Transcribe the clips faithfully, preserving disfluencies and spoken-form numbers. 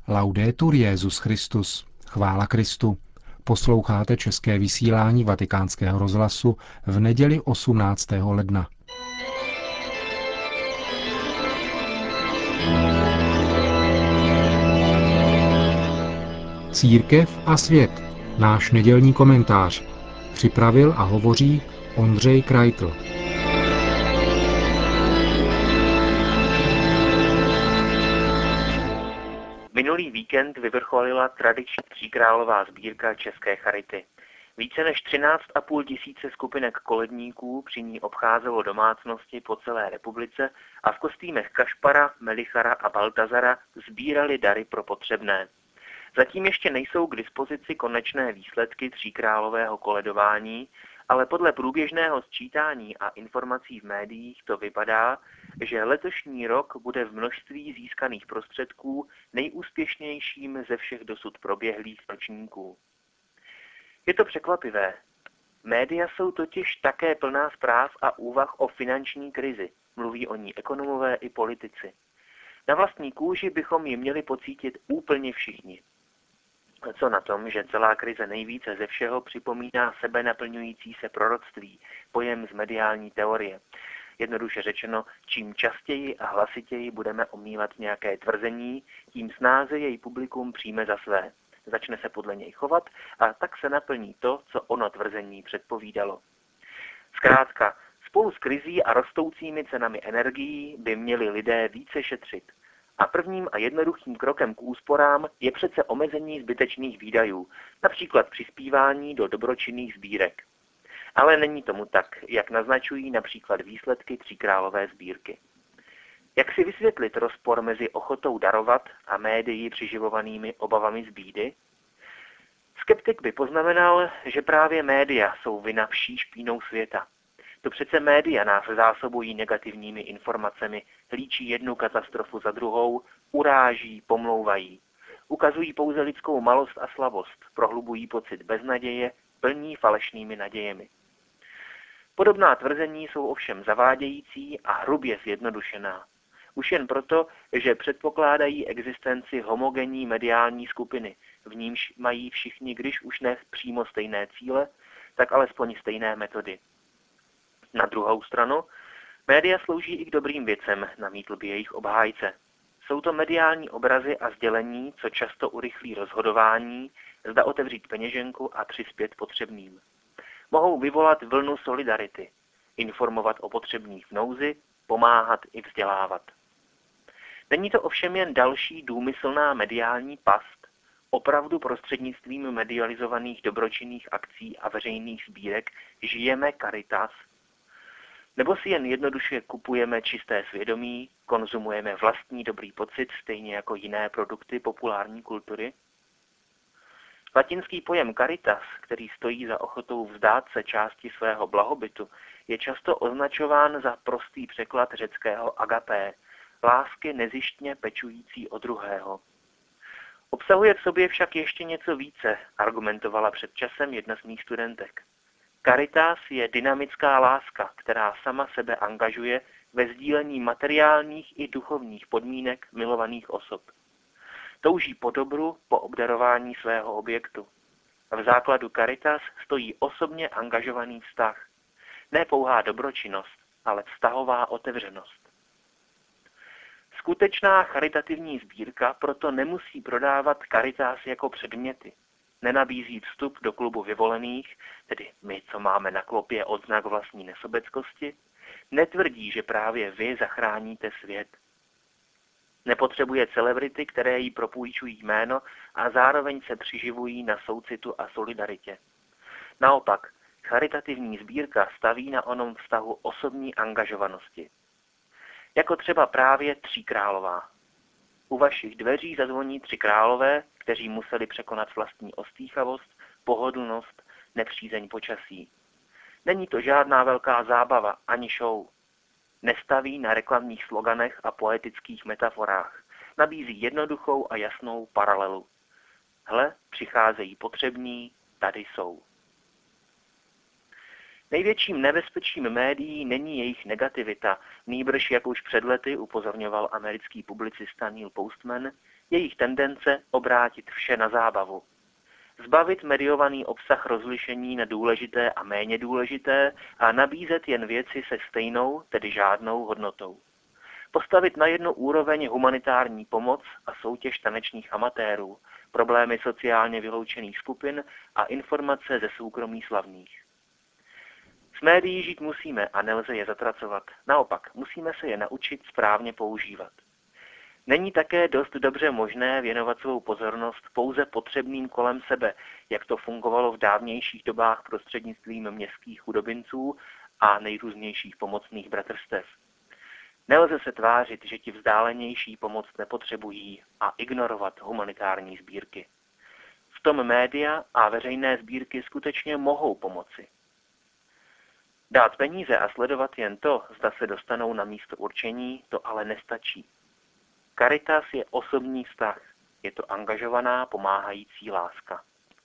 Laudetur Jesus Christus. Chvála Kristu. Posloucháte české vysílání Vatikánského rozhlasu v neděli osmnáctého ledna. Církev a svět. Náš nedělní komentář. Připravil a hovoří Ondřej Krajtl. Minulý víkend vyvrcholila tradiční tříkrálová sbírka České charity. Více než třináct a půl tisíce skupinek koledníků při ní obcházelo domácnosti po celé republice a v kostýmech Kašpara, Melichara a Baltazara sbírali dary pro potřebné. Zatím ještě nejsou k dispozici konečné výsledky tříkrálového koledování, ale podle průběžného sčítání a informací v médiích to vypadá, že letošní rok bude v množství získaných prostředků nejúspěšnějším ze všech dosud proběhlých ročníků. Je to překvapivé. Média jsou totiž také plná zpráv a úvah o finanční krizi. Mluví o ní ekonomové i politici. Na vlastní kůži bychom ji měli pocítit úplně všichni. Co na tom, že celá krize nejvíce ze všeho připomíná sebe naplňující se proroctví, pojem z mediální teorie. Jednoduše řečeno, čím častěji a hlasitěji budeme omílat nějaké tvrzení, tím snáze jej publikum přijme za své. Začne se podle něj chovat a tak se naplní to, co ono tvrzení předpovídalo. Zkrátka, spolu s krizí a rostoucími cenami energií by měli lidé více šetřit. A prvním a jednoduchým krokem k úsporám je přece omezení zbytečných výdajů, například přispívání do dobročinných sbírek. Ale není tomu tak, jak naznačují například výsledky tříkrálové sbírky. Jak si vysvětlit rozpor mezi ochotou darovat a médii přiživovanými obavami z bídy? Skeptik by poznamenal, že právě média jsou vina vší špínou světa. To přece média nás zásobují negativními informacemi, líčí jednu katastrofu za druhou, uráží, pomlouvají. Ukazují pouze lidskou malost a slabost, prohlubují pocit beznaděje, plní falešnými nadějemi. Podobná tvrzení jsou ovšem zavádějící a hrubě zjednodušená. Už jen proto, že předpokládají existenci homogenní mediální skupiny, v nímž mají všichni, když už ne přímo stejné cíle, tak alespoň stejné metody. Na druhou stranu, média slouží i k dobrým věcem, namítl by jejich obhájce. Jsou to mediální obrazy a sdělení, co často urychlí rozhodování, zda otevřít peněženku a přispět potřebným. Mohou vyvolat vlnu solidarity, informovat o potřebných v nouzi, pomáhat i vzdělávat. Není to ovšem jen další důmyslná mediální past, opravdu prostřednictvím medializovaných dobročinných akcí a veřejných sbírek žijeme Caritas, nebo si jen jednoduše kupujeme čisté svědomí, konzumujeme vlastní dobrý pocit stejně jako jiné produkty populární kultury? Latinský pojem caritas, který stojí za ochotou vzdát se části svého blahobytu, je často označován za prostý překlad řeckého agapé, lásky nezištně pečující o druhého. Obsahuje v sobě však ještě něco více, argumentovala před časem jedna z mých studentek. Caritas je dynamická láska, která sama sebe angažuje ve sdílení materiálních i duchovních podmínek milovaných osob. Touží po dobru, po obdarování svého objektu. V základu Caritas stojí osobně angažovaný vztah. Ne pouhá dobročinnost, ale vztahová otevřenost. Skutečná charitativní sbírka proto nemusí prodávat Caritas jako předměty. Nenabízí vstup do klubu vyvolených, tedy my, co máme na klopě odznak vlastní nesobeckosti, netvrdí, že právě vy zachráníte svět. Nepotřebuje celebrity, které jí propůjčují jméno a zároveň se přiživují na soucitu a solidaritě. Naopak, charitativní sbírka staví na onom vztahu osobní angažovanosti. Jako třeba právě tříkrálová. U vašich dveří zazvoní tři králové, kteří museli překonat vlastní ostýchavost, pohodlnost, nepřízeň počasí. Není to žádná velká zábava ani show. Nestaví na reklamních sloganech a poetických metaforách. Nabízí jednoduchou a jasnou paralelu. Hle, přicházejí potřební, tady jsou. Největším nebezpečím médií není jejich negativita, nýbrž, jak už před lety upozorňoval americký publicista Neil Postman, jejich tendence obrátit vše na zábavu. Zbavit mediovaný obsah rozlišení na důležité a méně důležité a nabízet jen věci se stejnou, tedy žádnou hodnotou. Postavit na jednu úroveň humanitární pomoc a soutěž tanečních amatérů, problémy sociálně vyloučených skupin a informace ze soukromí slavných. S médií žít musíme a nelze je zatracovat. Naopak, musíme se je naučit správně používat. Není také dost dobře možné věnovat svou pozornost pouze potřebným kolem sebe, jak to fungovalo v dávnějších dobách prostřednictvím městských chudobinců a nejrůznějších pomocných bratrstev. Nelze se tvářit, že ti vzdálenější pomoc nepotřebují a ignorovat humanitární sbírky. V tom média a veřejné sbírky skutečně mohou pomoci. Dát peníze a sledovat jen to, zda se dostanou na místo určení, to ale nestačí. Caritas je osobní vztah, je to angažovaná, pomáhající láska.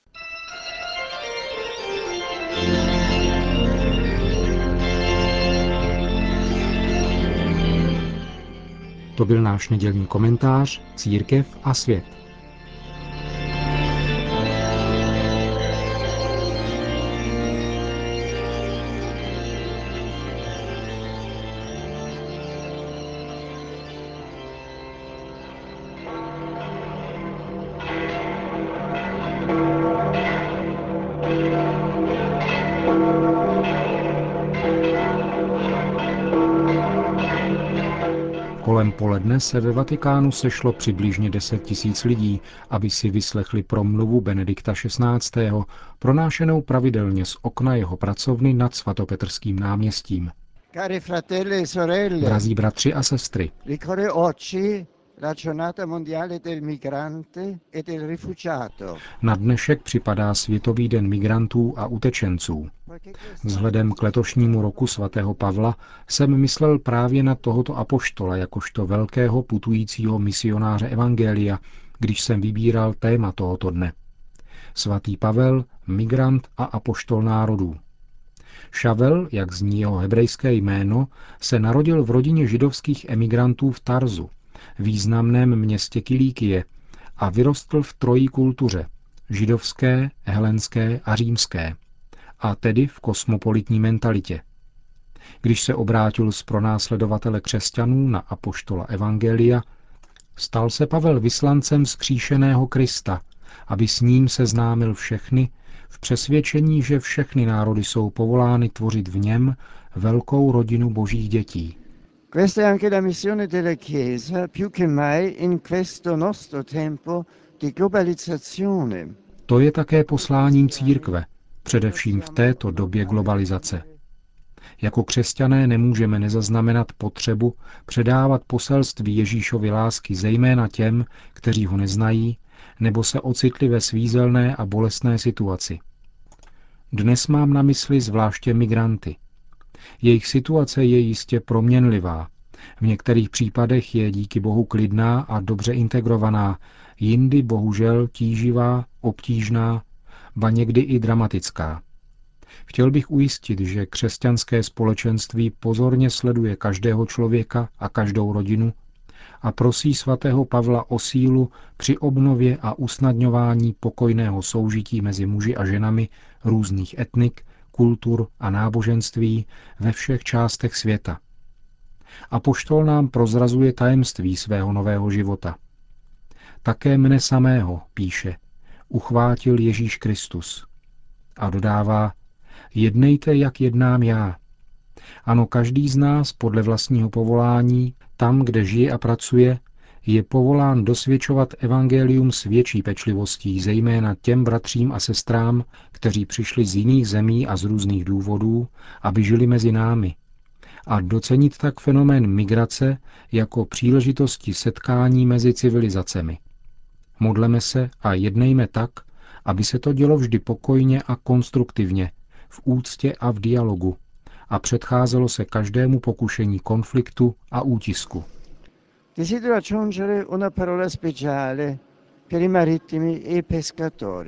To byl náš nedělní komentář Církev a svět. Kolem poledne se ve Vatikánu sešlo přibližně deset tisíc lidí, aby si vyslechli promluvu Benedikta šestnáctého, pronášenou pravidelně z okna jeho pracovny nad svatopetrským náměstím. Cari fratelli e sorelle, Drazí bratři a sestry, ricorre oggi la giornata mondiale del migrante e del rifugiato. na dnešek připadá Světový den migrantů a utečenců. Vzhledem k letošnímu roku svatého Pavla jsem myslel právě na tohoto apoštola jakožto velkého putujícího misionáře evangelia, když jsem vybíral téma tohoto dne. Svatý Pavel, migrant a apoštol národů. Šavel, jak zní jeho hebrejské jméno, se narodil v rodině židovských emigrantů v Tarzu, významném městě Kilíkie, a vyrostl v trojí kultuře – židovské, helenské a římské, a tedy v kosmopolitní mentalitě. Když se obrátil z pronásledovatele křesťanů na apoštola evangelia, stal se Pavel vyslancem vzkříšeného Krista, aby s ním seznámil všechny, v přesvědčení, že všechny národy jsou povolány tvořit v něm velkou rodinu božích dětí. Questa è anche la missione della Chiesa, più che mai in questo nostro tempo di globalizzazione. To je také posláním církve, především v této době globalizace. Jako křesťané nemůžeme nezaznamenat potřebu předávat poselství Ježíšovy lásky zejména těm, kteří ho neznají, nebo se ocitli ve svízelné a bolestné situaci. Dnes mám na mysli zvláště migranty. Jejich situace je jistě proměnlivá. V některých případech je díky Bohu klidná a dobře integrovaná, jindy bohužel tíživá, obtížná, ba někdy i dramatická. Chtěl bych ujistit, že křesťanské společenství pozorně sleduje každého člověka a každou rodinu a prosí svatého Pavla o sílu při obnově a usnadňování pokojného soužití mezi muži a ženami různých etnik, kultur a náboženství ve všech částech světa. Apoštol nám prozrazuje tajemství svého nového života. Také mne samého, píše, uchvátil Ježíš Kristus. A dodává, jednejte, jak jednám já. Ano, každý z nás podle vlastního povolání, tam, kde žije a pracuje, je povolán dosvědčovat evangelium s větší pečlivostí, zejména těm bratřím a sestrám, kteří přišli z jiných zemí a z různých důvodů, aby žili mezi námi, a docenit tak fenomén migrace jako příležitosti setkání mezi civilizacemi. Modleme se a jednejme tak, aby se to dělo vždy pokojně a konstruktivně, v úctě a v dialogu, a předcházelo se každému pokušení konfliktu a útisku. Desidero aggiungere una parola speciale per i marittimi e i pescatori.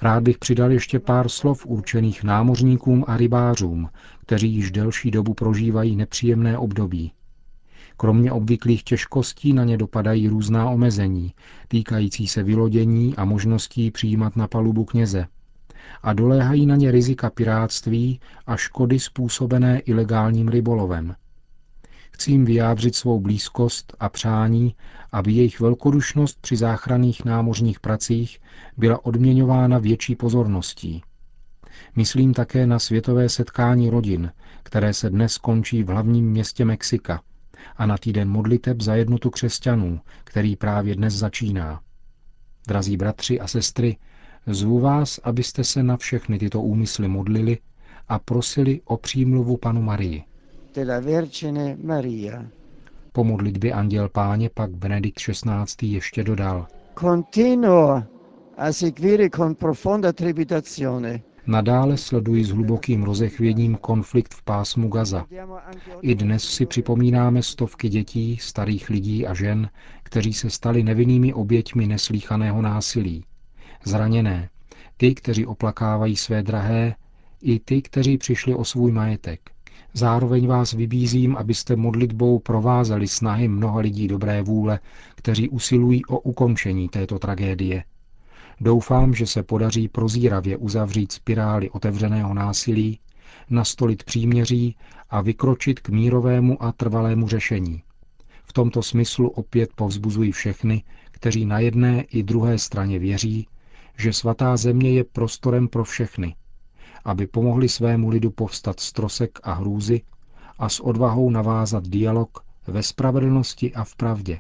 Rád bych přidal ještě pár slov určených námořníkům a rybářům, kteří již delší dobu prožívají nepříjemné období. Kromě obvyklých těžkostí na ně dopadají různá omezení, týkající se vylodění a možností přijímat na palubu kněze. A doléhají na ně rizika pirátství a škody způsobené ilegálním rybolovem. Chci jim vyjádřit svou blízkost a přání, aby jejich velkodušnost při záchranných námořních pracích byla odměňována větší pozorností. Myslím také na světové setkání rodin, které se dnes končí v hlavním městě Mexika, a na týden modliteb za jednotu křesťanů, který právě dnes začíná. Drazí bratři a sestry, zvu vás, abyste se na všechny tyto úmysly modlili a prosili o přímluvu Panu Marii. Della Vergine Maria. Po modlitbě Anděl Páně pak Benedikt šestnáctý ještě dodal: Continuo a seguire con profonda trepidazione. Nadále sleduji s hlubokým rozechvěním konflikt v pásmu Gaza. I dnes si připomínáme stovky dětí, starých lidí a žen, kteří se stali nevinnými oběťmi neslýchaného násilí. Zraněné, ty, kteří oplakávají své drahé, i ty, kteří přišli o svůj majetek. Zároveň vás vybízím, abyste modlitbou provázeli snahy mnoha lidí dobré vůle, kteří usilují o ukončení této tragédie. Doufám, že se podaří prozíravě uzavřít spirály otevřeného násilí, nastolit příměří a vykročit k mírovému a trvalému řešení. V tomto smyslu opět povzbuzují všechny, kteří na jedné i druhé straně věří, že svatá země je prostorem pro všechny, aby pomohli svému lidu povstat z trosek a hrůzy a s odvahou navázat dialog ve spravedlnosti a v pravdě.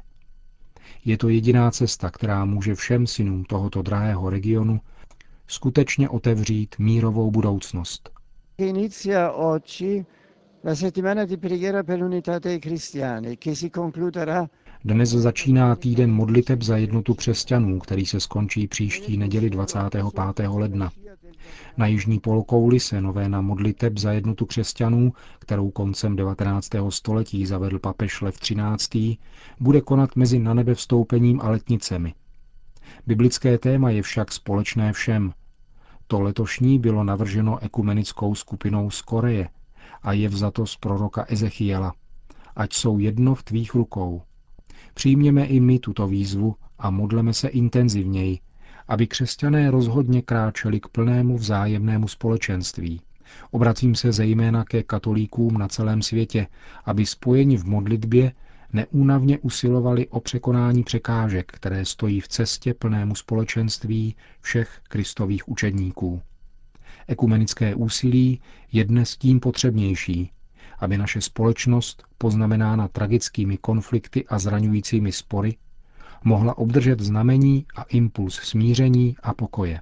Je to jediná cesta, která může všem synům tohoto drahého regionu skutečně otevřít mírovou budoucnost. Inizia oggi la settimana di preghiera per l'unità dei cristiani, che si concluderà. Dnes začíná týden modliteb za jednotu křesťanů, který se skončí příští neděli dvacátého pátého ledna. Na jižní polokouli se novéna modliteb za jednotu křesťanů, kterou koncem devatenáctého století zavedl papež Lev třináctý, bude konat mezi nanebevstoupením a letnicemi. Biblické téma je však společné všem. To letošní bylo navrženo ekumenickou skupinou z Koreje a je vzato z proroka Ezechiela. Ať jsou jedno v tvých rukou. Přijměme i my tuto výzvu a modleme se intenzivněji, aby křesťané rozhodně kráčeli k plnému vzájemnému společenství. Obracím se zejména ke katolíkům na celém světě, aby spojeni v modlitbě neúnavně usilovali o překonání překážek, které stojí v cestě plnému společenství všech Kristových učedníků. Ekumenické úsilí je dnes tím potřebnější, aby naše společnost, poznamenána tragickými konflikty a zraňujícími spory, mohla obdržet znamení a impuls smíření a pokoje.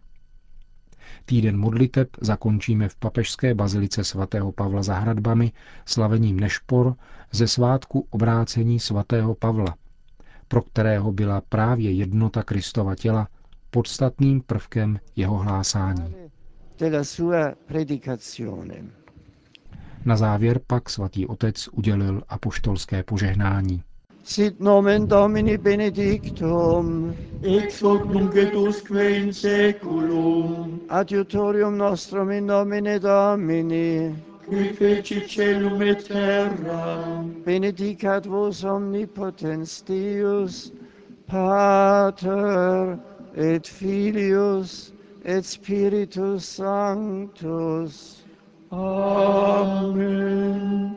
Týden modliteb zakončíme v papežské bazilice svatého Pavla za hradbami slavením nešpor ze svátku obrácení svatého Pavla, pro kterého byla právě jednota Kristova těla podstatným prvkem jeho hlásání. Na závěr pak svatý otec udělil apoštolské požehnání. Sit nomen Domini benedictum, ex hoc nunc et usque in saeculum, adiutorium nostrum in nomine Domini, qui feci caelum et terram, benedicat vos omnipotens Deus, Pater et Filius et Spiritus Sanctus. Amen.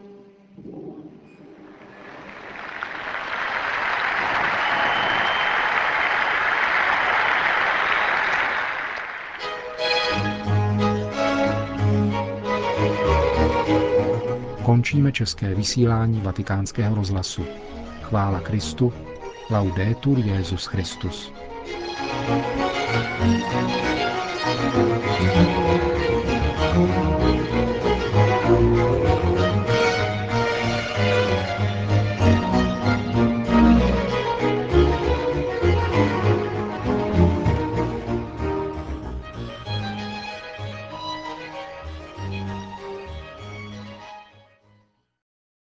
Končíme české vysílání Vatikánského rozhlasu. Chvála Kristu, laudetur Jesus Christus.